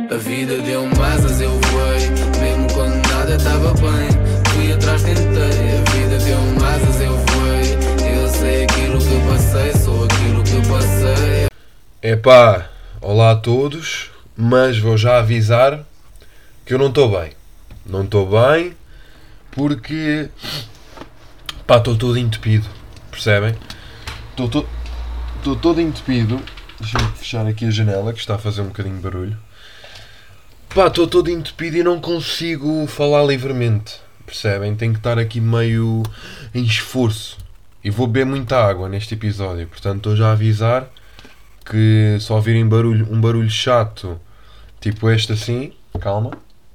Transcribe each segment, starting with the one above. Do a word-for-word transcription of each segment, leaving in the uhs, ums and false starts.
A vida deu-me asas, eu voei. Mesmo quando nada estava bem, fui atrás, tentei. A vida deu-me asas, eu voei. Eu sei aquilo que passei, sou aquilo que passei. Epá, olá a todos, mas vou já avisar que eu não estou bem. Não estou bem porque, pá, estou todo entupido, percebem? Estou to- estou todo entupido. Deixa-me fechar aqui a janela que está a fazer um bocadinho de barulho. Pá, estou todo entupido e não consigo falar livremente, percebem? Tenho que estar aqui meio em esforço. E vou beber muita água neste episódio, portanto estou já a avisar que só ouvirem barulho, um barulho chato, tipo este assim, calma,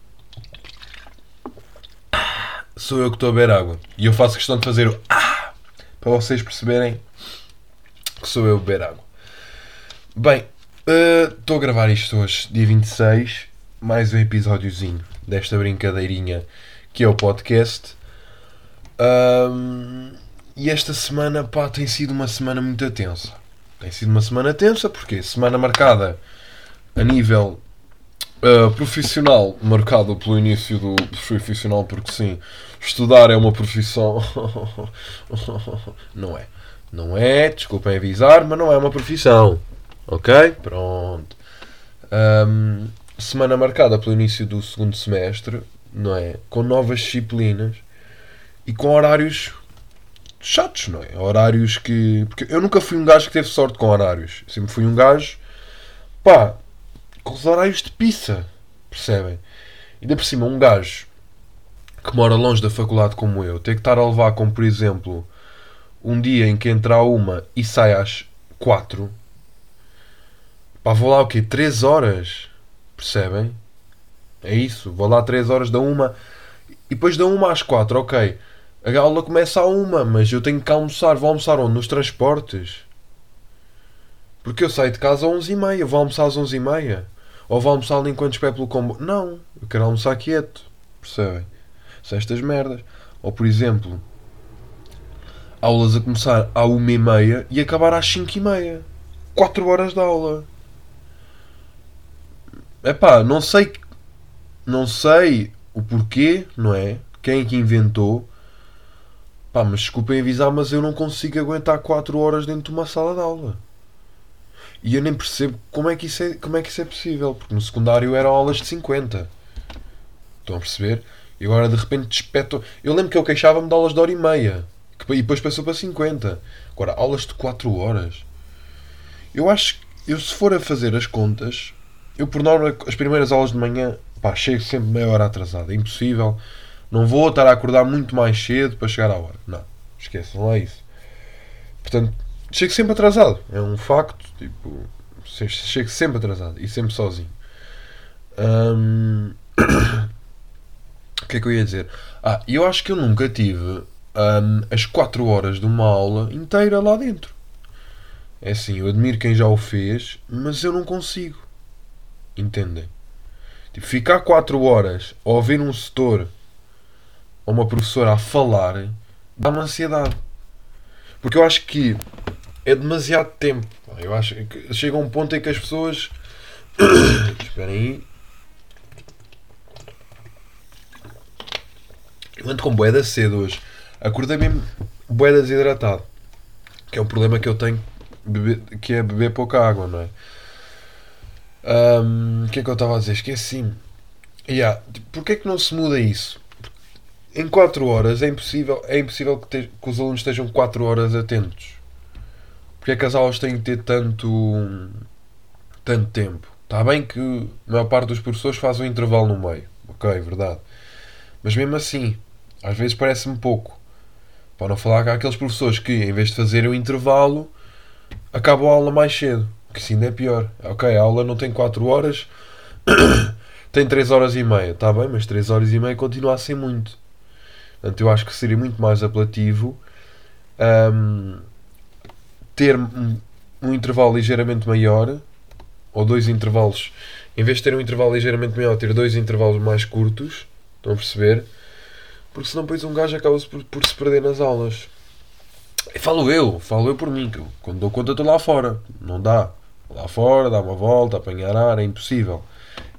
sou eu que estou a beber água. E eu faço questão de fazer o ah, para vocês perceberem que sou eu a beber água. Bem, estou uh, a gravar isto hoje, dia vinte e seis, mais um episódiozinho desta brincadeirinha que é o podcast. Um, e esta semana, pá, tem sido uma semana muito tensa. Tem sido uma semana tensa, porque semana marcada a nível uh, profissional, marcada pelo início do profissional, porque sim, estudar é uma profissão. Não é. Não é, desculpem avisar, mas não é uma profissão. Ok? Pronto. Um, semana marcada pelo início do segundo semestre, não é? Com novas disciplinas e com horários chatos, não é? Horários que... Porque eu nunca fui um gajo que teve sorte com horários. Sempre fui um gajo, pá, com os horários de pizza, percebem? E ainda por cima, um gajo que mora longe da faculdade como eu, ter que estar a levar como, por exemplo, um dia em que entra a uma e sai às quatro, pá, vou lá o quê? três horas, percebem? É isso, vou lá três horas da uma e depois da uma às quatro, ok. A aula começa a uma, mas eu tenho que almoçar. Vou almoçar onde? Nos transportes. Porque eu saio de casa às onze e meia. Vou almoçar às onze e meia. Ou vou almoçar ali enquanto espero pelo combo. Não, eu quero almoçar quieto. Percebem? São estas merdas. Ou por exemplo, aulas a começar à uma e meia e acabar às cinco e meia. quatro horas de aula. Epá, não sei... Não sei o porquê, não é? Quem é que inventou? Pá, mas desculpem avisar, mas eu não consigo aguentar quatro horas dentro de uma sala de aula. E eu nem percebo como é que isso é, como é, que isso é possível. Porque no secundário eram aulas de cinquenta. Estão a perceber? E agora de repente despetam... Eu lembro que eu queixava-me de aulas de hora e meia. E depois passou para cinquenta. Agora, aulas de quatro horas. Eu acho que, eu se for a fazer as contas, eu por norma, as primeiras aulas de manhã, pá, chego sempre meia hora atrasado. É impossível. Não vou estar a acordar muito mais cedo para chegar à hora. Não, esqueçam lá isso. Portanto, chego sempre atrasado. É um facto. Tipo, chego sempre atrasado. E sempre sozinho. Hum... O que é que eu ia dizer? Ah, eu acho que eu nunca tive hum, as quatro horas de uma aula inteira lá dentro. É assim, eu admiro quem já o fez, mas eu não consigo. Entendem? Tipo, ficar quatro horas a ouvir um setor ou uma professora a falar dá-me ansiedade. Porque eu acho que é demasiado tempo. Eu acho que chega a um ponto em que as pessoas... Esperem aí. Eu ando com bué da cedo hoje. Acordei mesmo bué desidratado. Que é um problema que eu tenho, beber, que é beber pouca água, não é? Um, o que é que eu estava a dizer? Esqueci-me. Yeah. Porquê é que não se muda isso? Em quatro horas é impossível, é impossível que, te, que os alunos estejam quatro horas atentos. Porque é que as aulas têm que ter tanto, tanto tempo? Está bem que a maior parte dos professores faz um intervalo no meio. Ok, verdade. Mas mesmo assim, às vezes parece-me pouco. Para não falar que há aqueles professores que, em vez de fazerem o intervalo, acabam a aula mais cedo. Que isso ainda é pior. Ok, a aula não tem quatro horas, tem três horas e meia. Está bem, mas três horas e meia continua a ser muito. Portanto, eu acho que seria muito mais apelativo um, ter um, um intervalo ligeiramente maior, ou dois intervalos, em vez de ter um intervalo ligeiramente maior, ter dois intervalos mais curtos. Estão a perceber? Porque senão depois um gajo acaba por, por se perder nas aulas. E falo eu, falo eu por mim, que eu, quando dou conta estou lá fora. Não dá. Lá fora, dá uma volta, apanhar ar, é impossível.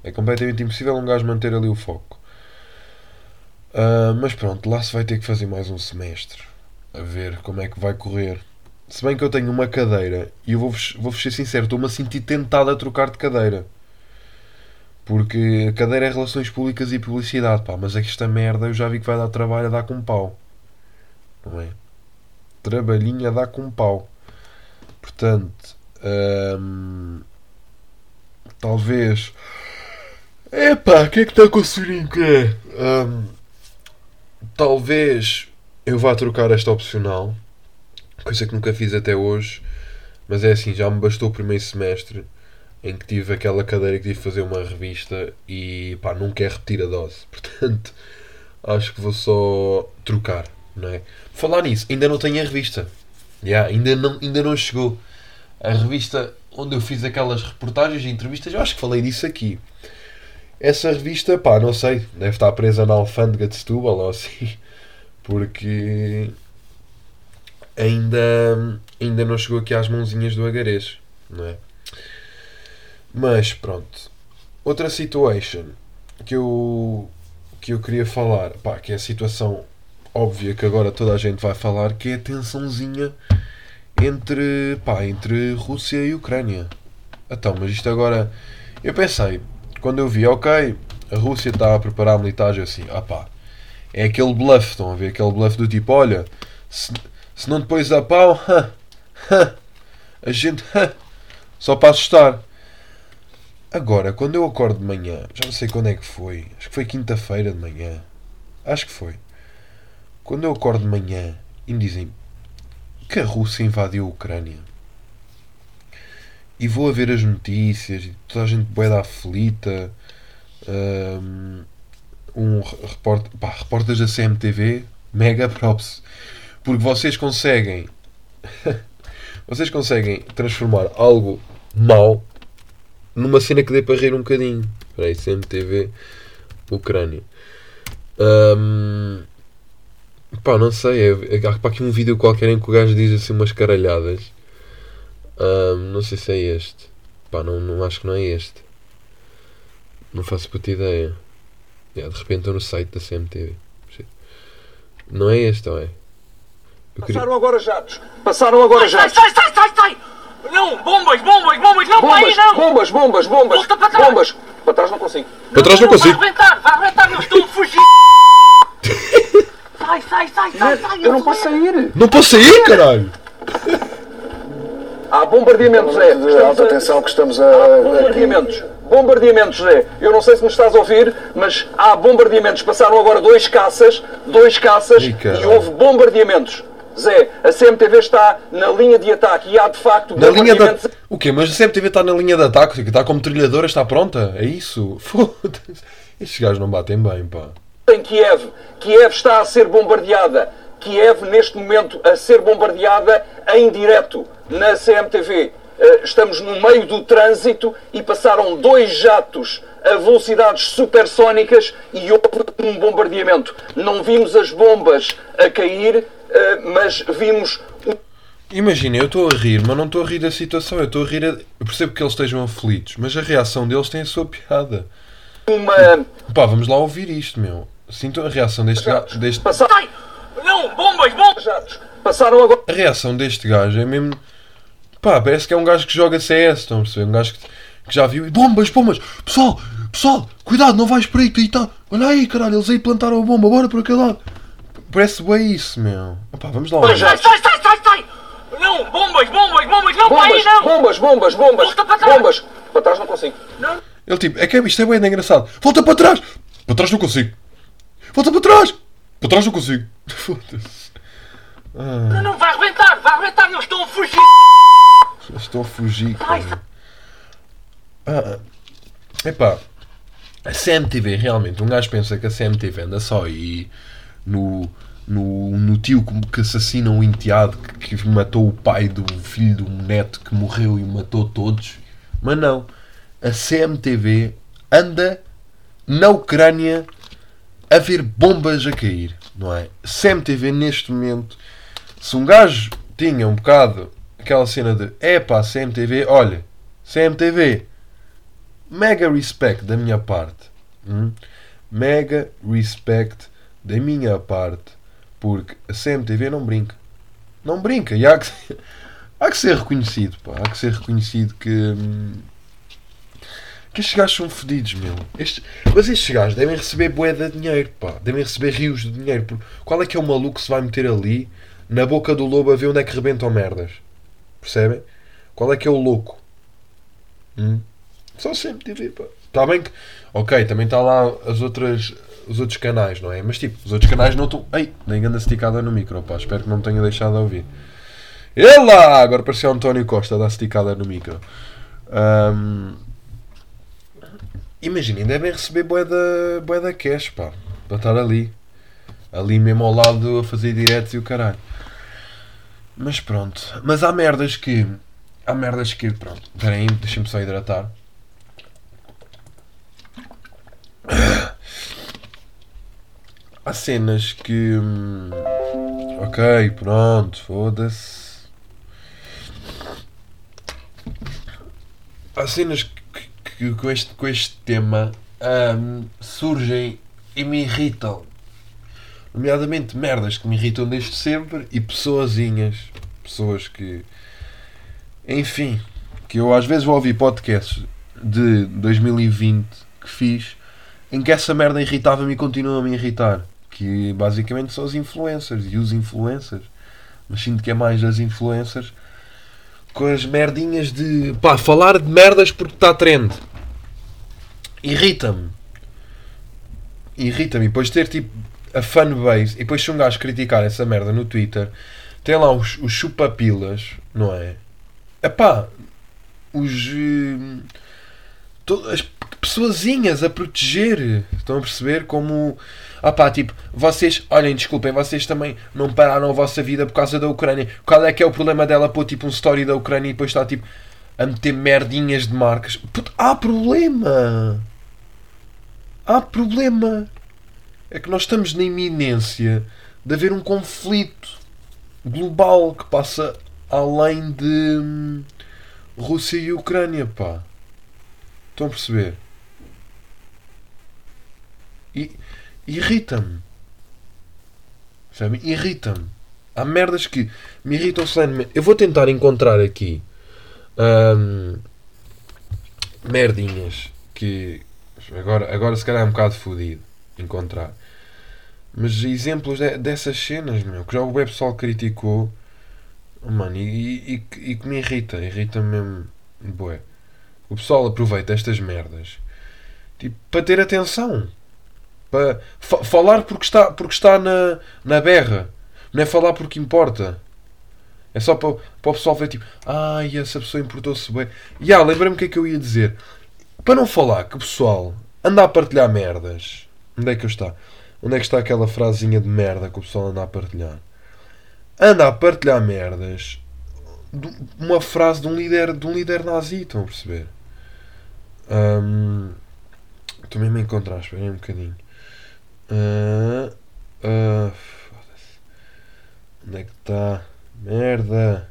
É completamente impossível um gajo manter ali o foco. Uh, mas pronto, lá se vai ter que fazer mais um semestre. A ver como é que vai correr. Se bem que eu tenho uma cadeira e eu vou-vos vou ser sincero, estou-me a sentir tentado a trocar de cadeira. Porque a cadeira é Relações Públicas e Publicidade, pá. Mas esta merda eu já vi que vai dar trabalho a dar com pau. Não é? Trabalhinho a dar com pau. Portanto, hum, talvez... Epá, o que é que está com o soninho que é? Hum, talvez eu vá trocar esta opcional. Coisa que nunca fiz até hoje. Mas é assim, já me bastou o primeiro semestre em que tive aquela cadeira que tive de fazer uma revista e pá, não quero repetir a dose. Portanto, acho que vou só trocar, não é? Falar nisso, ainda não tenho a revista. Yeah, ainda, não, ainda não chegou. A revista onde eu fiz aquelas reportagens e entrevistas, eu acho que falei disso aqui. Essa revista, pá, não sei, deve estar presa na alfândega de Setúbal ou assim. Porque ainda, ainda não chegou aqui às mãozinhas do agarês, não é? Mas pronto, outra situation que eu, que eu queria falar, pá, que é a situação óbvia que agora toda a gente vai falar, que é a tensãozinha entre, pá, entre Rússia e Ucrânia. Então, mas isto agora, eu pensei, quando eu vi, ok, a Rússia está a preparar militares, eu assim, ah pá, é aquele bluff, estão a ver, aquele bluff do tipo, olha, se, se não depois dá pau, a gente, só para assustar. Agora, quando eu acordo de manhã, já não sei quando é que foi, acho que foi quinta-feira de manhã, acho que foi. Quando eu acordo de manhã e me dizem que a Rússia invadiu a Ucrânia e vou a ver as notícias e toda a gente bué da aflita, um, um repórter, pá, repórteres da C M T V, mega props, porque vocês conseguem vocês conseguem transformar algo mau numa cena que dê para rir um bocadinho. Espera aí, C M T V Ucrânia. Um, pá, não sei. É, é, há para aqui um vídeo qualquer em que o gajo diz assim umas caralhadas. Um, não sei se é este. Pá, não, não acho que não é este. Não faço puta ideia. Yeah, de repente estou no site da C M T V. Não é este, ou é? Eu Passaram queria... agora jatos. Passaram agora Sai, jatos. sai, sai, sai, sai! Não, bombas, bombas, bombas, não, para aí Bombas, não! bombas, bombas, bombas. Volta para trás. Bombas. Para trás não consigo. Para trás não consigo. Vai arrebentar, vai arrebentar, eu estou a fugir! Sai, sai, sai, sai, sai! Eu não posso sair. Não posso sair, caralho! Há bombardeamentos, Zé. De alta atenção que estamos a... Há bombardeamentos. Bombardeamentos, Zé. Eu não sei se me estás a ouvir, mas há bombardeamentos. Passaram agora dois caças, dois caças Ih, e caralho. houve bombardeamentos. Zé, a C M T V está na linha de ataque e há de facto Na linha da... bombardeamentos. O quê? Mas a C M T V está na linha de ataque? Está como trilhadora? Está pronta? É isso? Foda-se. Estes gajos não batem bem, pá. Em Kiev. Kiev está a ser bombardeada. Kiev, neste momento, a ser bombardeada em direto na C M T V. Eh, Estamos no meio do trânsito e passaram dois jatos a velocidades supersónicas e houve um bombardeamento. Não vimos as bombas a cair, eh, mas vimos... Imagina, eu estou a rir, mas não estou a rir da situação. Eu estou a rir... A... Eu percebo que eles estejam aflitos, mas a reação deles tem a sua piada. uma... Pá, vamos lá ouvir isto, meu. Sinto a reação deste gajo... Deste... Passaram Sai! Não, bombas, bombas! jatos. Passaram agora... A reação deste gajo é mesmo... Pá, parece que é um gajo que joga C S, estão a perceber? Um gajo que, que já viu... E bombas, bombas! Pessoal, pessoal, cuidado, não vais por aí, tu aí tá... Olha aí, caralho, eles aí plantaram a bomba, bora por aquele lado. Parece bem isso, meu. Pá, vamos lá ouvir. Sai, sai, sai, sai, sai! Não, bombas, bombas, bombas, não, para aí Bombas, não! bombas, bombas, bombas, Volta para trás. bombas. Para trás não consigo. Ele tipo, é que isto é bem engraçado. Volta para trás! Para trás não consigo. Volta para trás! Para trás não consigo. Foda-se. Não, não, vai arrebentar, vai arrebentar, eu estou a fugir! Eu estou a fugir, Sai, cara. Ah, epá, a C M T V, realmente, um gajo pensa que a C M T V anda só aí no, no, no tio que assassina um enteado que, que matou o pai do filho do neto que morreu e matou todos. Mas não, a C M T V anda na Ucrânia a ver bombas a cair, não é? C M T V neste momento, se um gajo tinha um bocado aquela cena de epá, C M T V, olha, C M T V, mega respect da minha parte. Hum? Mega respect da minha parte. Porque a C M T V não brinca. Não brinca. E há que, há que ser reconhecido, pá. Há que ser reconhecido que... Hum, que estes gajos são fedidos, meu. Estes, mas estes gajos devem receber bué de dinheiro, pá. Devem receber rios de dinheiro. Porque qual é que é o maluco que se vai meter ali na boca do lobo a ver onde é que rebentam merdas? Percebem? Qual é que é o louco? Hum? Só C M T V, pá. Está bem que... Ok, também está lá as outras, os outros canais, não é? Mas tipo, os outros canais não estão... Ei, nem anda esticada no micro, pá. Espero que não me tenha deixado de ouvir. Ela! Agora parecia o António Costa a dar esticada no micro. Um... Imaginem, devem receber bué da, bué da cash, pá. Para estar ali. Ali mesmo ao lado a fazer diretos e o caralho. Mas pronto. Mas há merdas que... Há merdas que... Pronto. Espera aí, deixem-me só hidratar. Há cenas que... Hum, ok, pronto. Foda-se. Há cenas que, que, que com, este, com este tema hum, surgem e me irritam. Nomeadamente merdas que me irritam desde sempre e pessoazinhas. Pessoas que... Enfim, que eu às vezes vou ouvir podcasts de dois mil e vinte que fiz em que essa merda irritava-me e continua a me irritar. Que basicamente são os influencers e os influencers. Mas sinto que é mais as influencers com as merdinhas de... Pá, falar de merdas porque está trend. Irrita-me. Irrita-me. E depois ter tipo a fanbase e depois se um gajo criticar essa merda no Twitter, tem lá os, os chupapilas, não é? Epá, os... Uh, to, as pessoazinhas a proteger. Estão a perceber como... Ah pá, tipo, vocês... Olhem, desculpem, vocês também não pararam a vossa vida por causa da Ucrânia. Qual é que é o problema dela pôr tipo um story da Ucrânia e depois está tipo a meter merdinhas de marcas? Puto, há problema! Há problema! É que nós estamos na iminência de haver um conflito global que passa além de hum, Rússia e Ucrânia, pá. Estão a perceber? E irrita-me. Sabe? Irrita-me. Há merdas que me irritam solenemente. Eu vou tentar encontrar aqui hum, merdinhas que agora, agora se calhar é um bocado fodido encontrar. Mas exemplos de, dessas cenas, meu, que já o web pessoal criticou, mano, e, e, e que me irrita, irrita-me mesmo, bué. O pessoal aproveita estas merdas tipo, para ter atenção, para fa- falar porque está, porque está na, na berra, não é falar porque importa. É só para, para o pessoal ver tipo, ai, essa pessoa importou-se bem. E ah, lembrei-me o que é que eu ia dizer. Para não falar que o pessoal anda a partilhar merdas. Onde é que eu está? Onde é que está aquela frasinha de merda que o pessoal anda a partilhar? Anda a partilhar merdas. Uma frase de um líder, de um líder nazi, estão a perceber? Um, estou mesmo a encontrar, esperem um bocadinho. Uh, uh, foda-se. Onde é que está? Merda.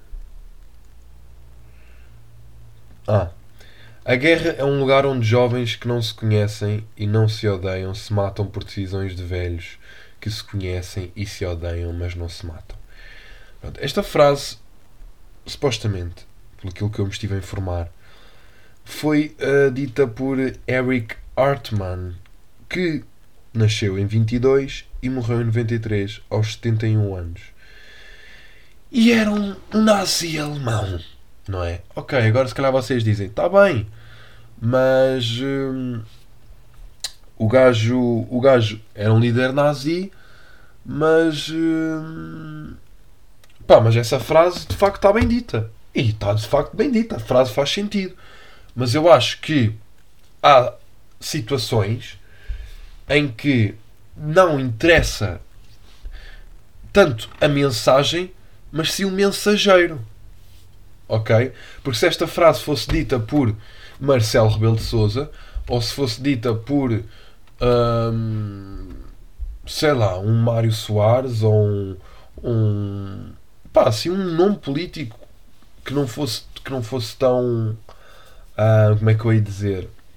Ah. A guerra é um lugar onde jovens que não se conhecem e não se odeiam se matam por decisões de velhos que se conhecem e se odeiam, mas não se matam. Pronto, esta frase, supostamente, pelo aquilo que eu me estive a informar, foi uh, dita por Eric Hartman, que nasceu em vinte e dois e morreu em noventa e três, aos setenta e um anos. E era um nazi alemão. Não é? Ok, agora se calhar vocês dizem, está bem, mas hum, o, gajo, o gajo era um líder nazi, mas hum, pá, mas essa frase de facto está bem dita. E está de facto bem dita, a frase faz sentido. Mas eu acho que há situações em que não interessa tanto a mensagem, mas sim o mensageiro. Ok? Porque se esta frase fosse dita por Marcelo Rebelo de Sousa, ou se fosse dita por hum, sei lá, um Mário Soares, ou um, um pá, assim, um nome político que não fosse, que não fosse tão uh, como é que eu ia dizer,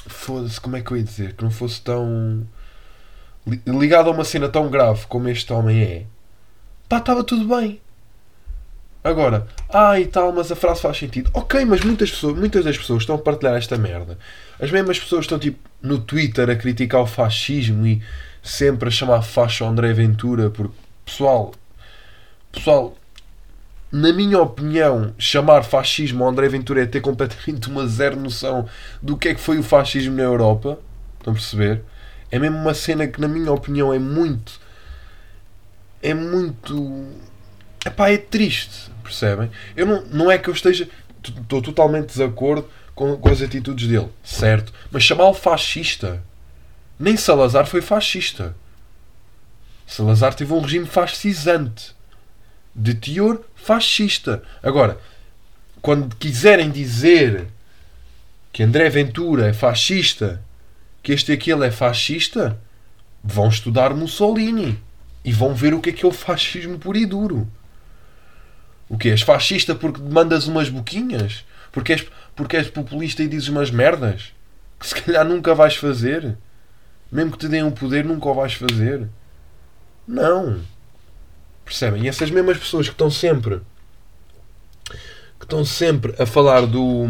foda-se, como é que eu ia dizer? Que não fosse tão ligado a uma cena tão grave como este homem é. Pá, estava tudo bem. Agora, ah e tal, mas a frase faz sentido. Ok, mas muitas, pessoas, muitas das pessoas estão a partilhar esta merda. As mesmas pessoas estão tipo no Twitter a criticar o fascismo e sempre a chamar facho André Ventura, porque pessoal, pessoal, na minha opinião, chamar fascismo ao André Ventura é ter completamente uma zero noção do que é que foi o fascismo na Europa. Estão a perceber? É mesmo uma cena que na minha opinião é muito... É muito... Epá, é triste, percebem? Eu não, não é que eu esteja... Estou totalmente de desacordo com, com as atitudes dele, certo? Mas chamá-lo fascista... Nem Salazar foi fascista. Salazar teve um regime fascisante. De teor fascista. Agora, quando quiserem dizer que André Ventura é fascista, que este e aquele é fascista, vão estudar Mussolini e vão ver o que é que é o fascismo puro e duro. O que és fascista porque mandas umas boquinhas? Porque és, porque és populista e dizes umas merdas que se calhar nunca vais fazer? Mesmo que te deem um poder, nunca o vais fazer? Não. Percebem? E essas mesmas pessoas que estão sempre que estão sempre a falar do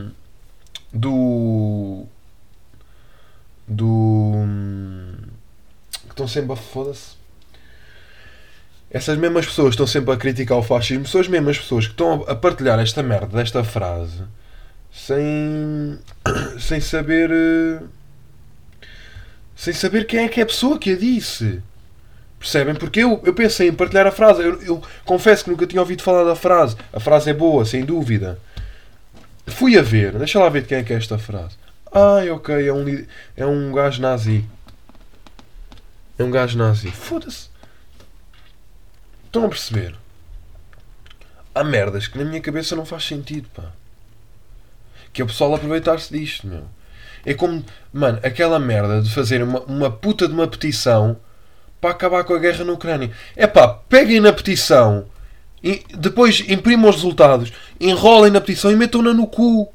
do do que estão sempre a foda-se. Essas mesmas pessoas que estão sempre a criticar o fascismo são as mesmas pessoas que estão a partilhar esta merda desta frase sem sem saber sem saber quem é que é a pessoa que a disse. Percebem? Porque eu, eu pensei em partilhar a frase. Eu, eu confesso que nunca tinha ouvido falar da frase. A frase é boa, sem dúvida. Fui a ver. Deixa lá ver de quem é que é esta frase. Ai, ok. É um, é um gajo nazi. É um gajo nazi. Foda-se. Estão a perceber? Há merdas que na minha cabeça não faz sentido, pá. Que é o pessoal aproveitar-se disto, meu. É como, mano, aquela merda de fazer uma, uma puta de uma petição para acabar com a guerra na Ucrânia. É pá, peguem na petição, e depois imprimam os resultados, enrolem na petição e metam-na no cu.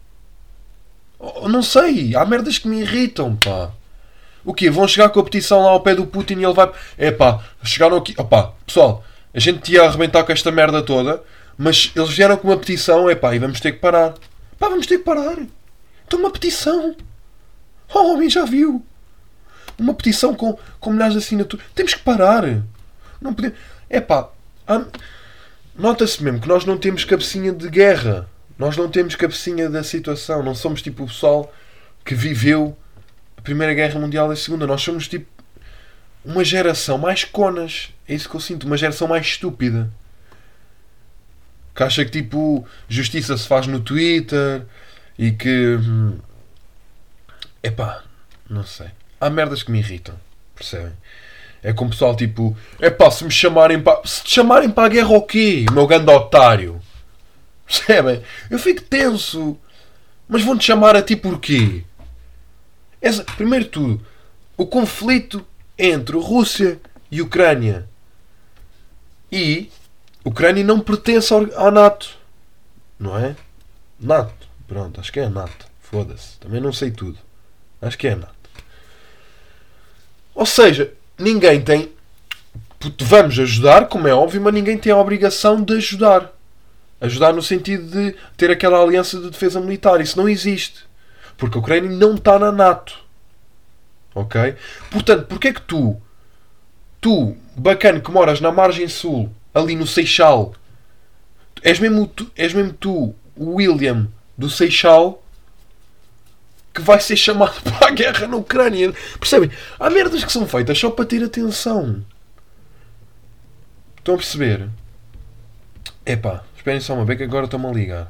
Não sei, há merdas que me irritam, pá. O quê? Vão chegar com a petição lá ao pé do Putin e ele vai... É pá, chegaram aqui... Opá, pessoal, a gente ia arrebentar com esta merda toda, mas eles vieram com uma petição, é pá, e vamos ter que parar. Pá, vamos ter que parar. Então uma petição. Oh, homem, já viu? Uma petição com, com milhares de assinaturas. Temos que parar. Não podemos... É pá, há... nota-se mesmo que nós não temos cabecinha de guerra. Nós não temos cabecinha da situação. Não somos tipo o pessoal que viveu a Primeira Guerra Mundial e a Segunda. Nós somos tipo uma geração mais conas. É isso que eu sinto. Uma geração mais estúpida. Que acha que tipo justiça se faz no Twitter e que... Epá, não sei. Há merdas que me irritam. Percebem? É como pessoal tipo... Epá, se me chamarem para... Se te chamarem para a guerra o quê? Meu grande otário. Percebem? Eu fico tenso. Mas vão-te chamar a ti porquê? Essa... Primeiro de tudo, o conflito entre Rússia e Ucrânia. E... Ucrânia não pertence ao NATO. Não é? NATO. Pronto, acho que é NATO. Foda-se. Também não sei tudo. Acho que é NATO. Ou seja, ninguém tem... Vamos ajudar, como é óbvio, mas ninguém tem a obrigação de ajudar. Ajudar no sentido de ter aquela aliança de defesa militar. Isso não existe. Porque a Ucrânia não está na NATO. Ok? Portanto, porquê é que tu, tu, bacana que moras na margem sul, ali no Seixal, és mesmo tu, és mesmo tu o William do Seixal, que vai ser chamado para a guerra na Ucrânia? Percebem? Há merdas que são feitas só para ter atenção. Estão a perceber? Epá, esperem só uma vez que agora estão-me a ligar.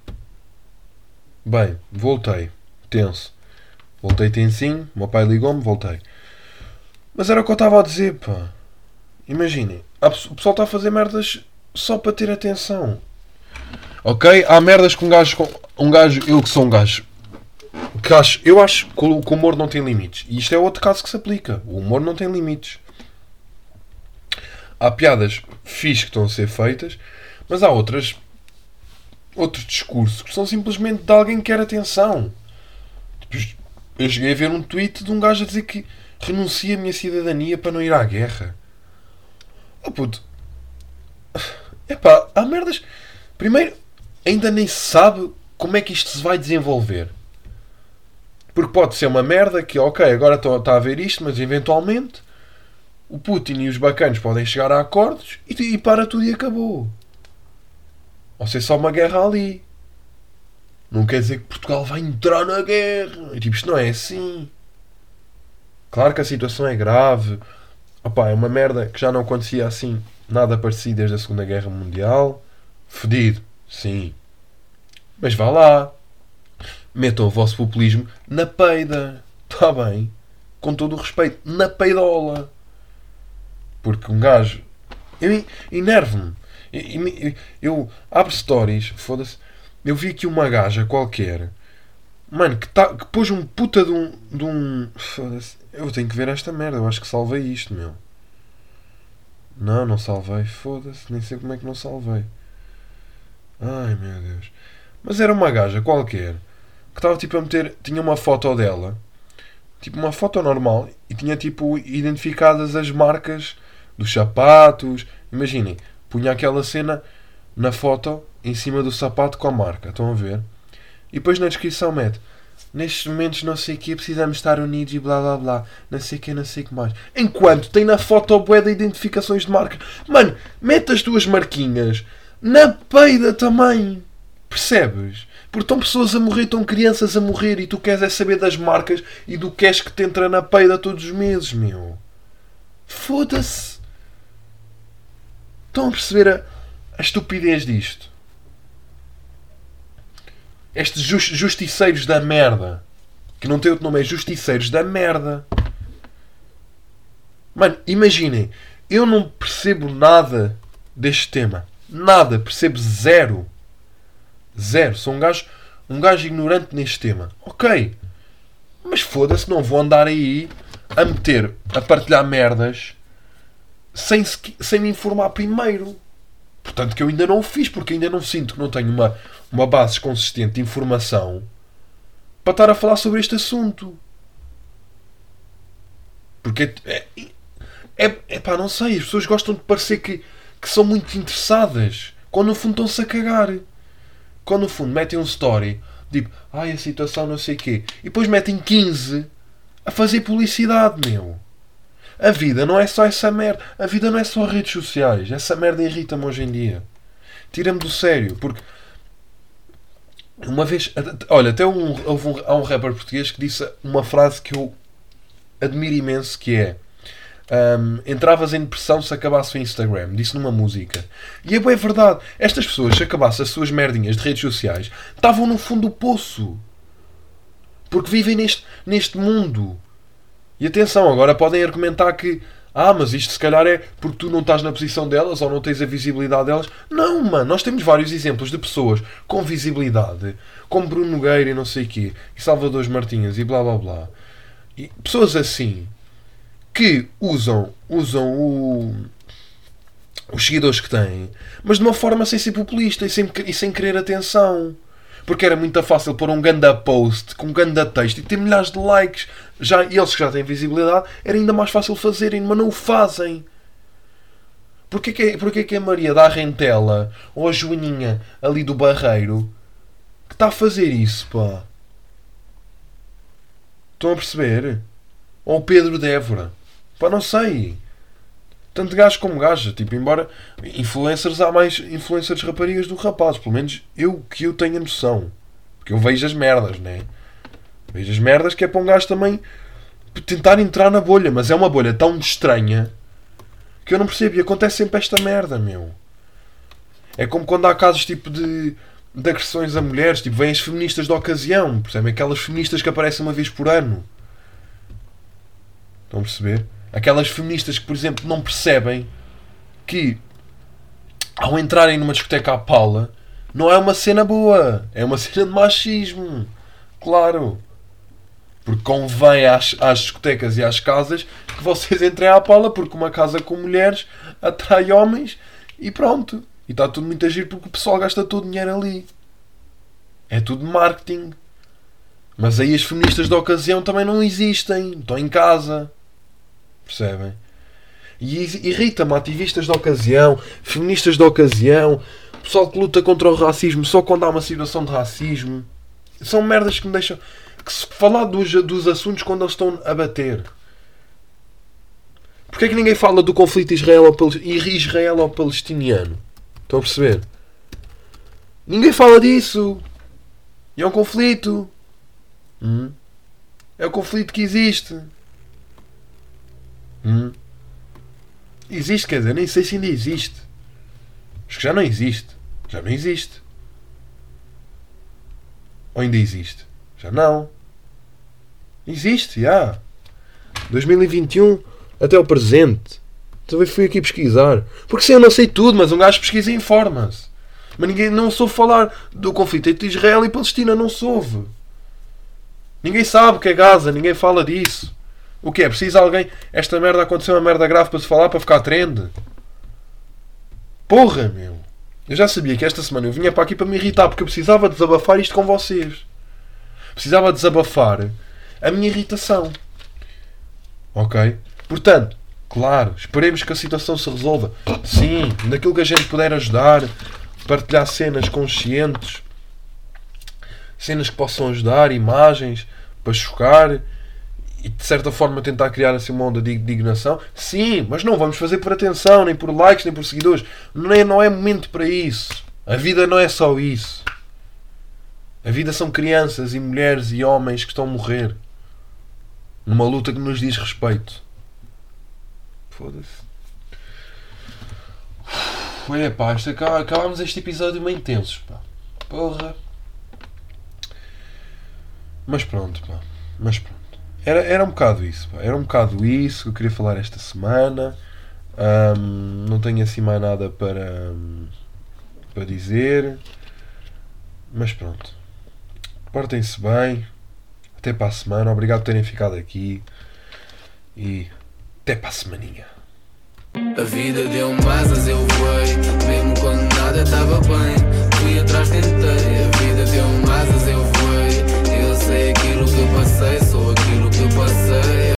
Bem, voltei. Tenso. Voltei tensinho. O meu pai ligou-me, voltei. Mas era o que eu estava a dizer, pá. Imaginem. O pessoal está a fazer merdas só para ter atenção. Ok? Há merdas com um gajo... Com, um gajo... Eu que sou um gajo... Que acho, eu acho que o, que o humor não tem limites. E isto é outro caso que se aplica. O humor não tem limites. Há piadas fixes que estão a ser feitas, mas há outras... Outros discursos que são simplesmente de alguém que quer atenção. Tipo, eu cheguei a ver um tweet de um gajo a dizer que renuncia a minha cidadania para não ir à guerra. Oh puto. Epá, há merdas. Primeiro, ainda nem se sabe como é que isto se vai desenvolver. Porque pode ser uma merda que, ok, agora está a ver isto, mas eventualmente o Putin e os bacanos podem chegar a acordos e, e para tudo e acabou. Ou ser só uma guerra ali. Não quer dizer que Portugal vai entrar na guerra. E, tipo, isto não é assim. Claro que a situação é grave. Opa, é uma merda que já não acontecia assim, nada parecido desde a Segunda Guerra Mundial. Fedido, sim. Mas vá lá. Metam o vosso populismo na peida. Está bem? Com todo o respeito. Na peidola. Porque um gajo... Eu enervo-me. Eu, eu, eu abro stories. Foda-se. Eu vi aqui uma gaja qualquer. Mano, que, tá, que pôs um puta de um... De um foda-se. Eu tenho que ver esta merda. Eu acho que salvei isto, meu. Não, não salvei. Foda-se. Nem sei como é que não salvei. Ai, meu Deus. Mas era uma gaja qualquer que estava tipo a meter... Tinha uma foto dela. Tipo uma foto normal. E tinha tipo identificadas as marcas dos sapatos. Imaginem. Punha aquela cena na foto em cima do sapato com a marca. Estão a ver? E depois na descrição mete: nestes momentos não sei o que, precisamos estar unidos e blá blá blá. Não sei o que, não sei o que mais. Enquanto tem na foto o bué de identificações de marca. Mano, mete as duas marquinhas na peida também. Percebes? Porque estão pessoas a morrer, estão crianças a morrer e tu queres é saber das marcas e do que és que te entra na peida todos os meses, meu. Foda-se. Estão a perceber a, a estupidez disto? Estes just, justiceiros da merda. Que não tem outro nome, é justiceiros da merda. Mano, imaginem. Eu não percebo nada deste tema. Nada. Percebo zero. Zero. Sou um gajo, um gajo ignorante neste tema. Ok. Mas foda-se, não vou andar aí a meter, a partilhar merdas sem, sem me informar primeiro. Portanto que eu ainda não o fiz, porque ainda não sinto que não tenho uma, uma base consistente de informação para estar a falar sobre este assunto. Porque é, é, é pá, não sei, as pessoas gostam de parecer que, que são muito interessadas, quando no fundo estão-se a cagar. Quando no fundo metem um story, tipo, ai, a situação não sei o quê, e depois metem quinze a fazer publicidade, meu. A vida não é só essa merda. A vida não é só redes sociais. Essa merda irrita-me hoje em dia. Tira-me do sério. Porque uma vez... Olha, até um, houve um, há um rapper português que disse uma frase que eu admiro imenso, que é um, entravas em depressão se acabasse o Instagram. Disse numa música. E é bem verdade. Estas pessoas, se acabassem as suas merdinhas de redes sociais, estavam no fundo do poço. Porque vivem neste, neste mundo. E atenção, agora podem argumentar que ah, mas isto se calhar é porque tu não estás na posição delas ou não tens a visibilidade delas. Não, mano, nós temos vários exemplos de pessoas com visibilidade, como Bruno Nogueira e não sei o quê, e Salvador Martinhas e blá blá blá. E pessoas assim que usam, usam o, os seguidores que têm, mas de uma forma sem ser populista e sem, e sem querer atenção. Porque era muito fácil pôr um ganda post com um ganda texto e ter milhares de likes. Já, e eles que já têm visibilidade, era ainda mais fácil fazerem, mas não o fazem. Porquê que, é, porquê que é a Maria da Rentela ou a Joaninha ali do Barreiro que está a fazer isso, pá? Estão a perceber? Ou o Pedro de Évora? Pá, não sei. Tanto gajo como gaja. Tipo, embora influencers, há mais influencers raparigas do que rapazes. Pelo menos eu que eu tenho a noção. Porque eu vejo as merdas, né? Vejo as merdas que é para um gajo também tentar entrar na bolha. Mas é uma bolha tão estranha que eu não percebo. E acontece sempre esta merda, meu. É como quando há casos tipo de, de agressões a mulheres. Tipo, vêm as feministas da ocasião. Percebem? Aquelas feministas que aparecem uma vez por ano. Estão a perceber? Aquelas feministas que, por exemplo, não percebem que ao entrarem numa discoteca à pala não é uma cena boa. É uma cena de machismo. Claro. Porque convém às, às discotecas e às casas que vocês entrem à pala, porque uma casa com mulheres atrai homens e pronto. E está tudo muito a giro porque o pessoal gasta todo o dinheiro ali. É tudo marketing. Mas aí as feministas da ocasião também não existem. Estão em casa. Percebem? E irrita-me ativistas da ocasião, feministas da ocasião, pessoal que luta contra o racismo só quando há uma situação de racismo. São merdas que me deixam... Que se falar dos, dos assuntos quando eles estão a bater. Porquê é que ninguém fala do conflito israelo-palestiniano? Estão a perceber? Ninguém fala disso. E é um conflito. Hum? É o conflito que existe. Hum? Existe, quer dizer, nem sei se ainda existe. Acho que já não existe. Já não existe. Ou ainda existe? Já não. Existe, já. dois mil e vinte e um até o presente. Também fui aqui pesquisar. Porque sim, eu não sei tudo, mas um gajo pesquisa e informa-se. Mas ninguém não soube falar do conflito entre Israel e Palestina. Não soube. Ninguém sabe o que é Gaza. Ninguém fala disso. O que é? Precisa alguém... Esta merda aconteceu uma merda grave para se falar, para ficar trend? Porra, meu. Eu já sabia que esta semana eu vinha para aqui para me irritar, porque eu precisava desabafar isto com vocês. Precisava desabafar a minha irritação. Ok? Portanto, claro, esperemos que a situação se resolva. Sim, naquilo que a gente puder ajudar, partilhar cenas conscientes, cenas que possam ajudar, imagens para chocar e de certa forma tentar criar assim uma onda de indignação. Sim, mas não vamos fazer por atenção, nem por likes, nem por seguidores. Não é, não é momento para isso. A vida não é só isso. A vida são crianças e mulheres e homens que estão a morrer numa luta que nos diz respeito. Foda-se. É pá, isto, acabámos este episódio meio intensos, pá. Porra. Mas pronto, pá. Mas pronto. Era, era um bocado isso, pá. Era um bocado isso que eu queria falar esta semana. Um, não tenho assim mais nada para, um, para dizer. Mas pronto. Portem-se bem. Até para a semana. Obrigado por terem ficado aqui. E até para a semaninha. A vida deu-me asas, eu voei. Mesmo quando nada estava bem.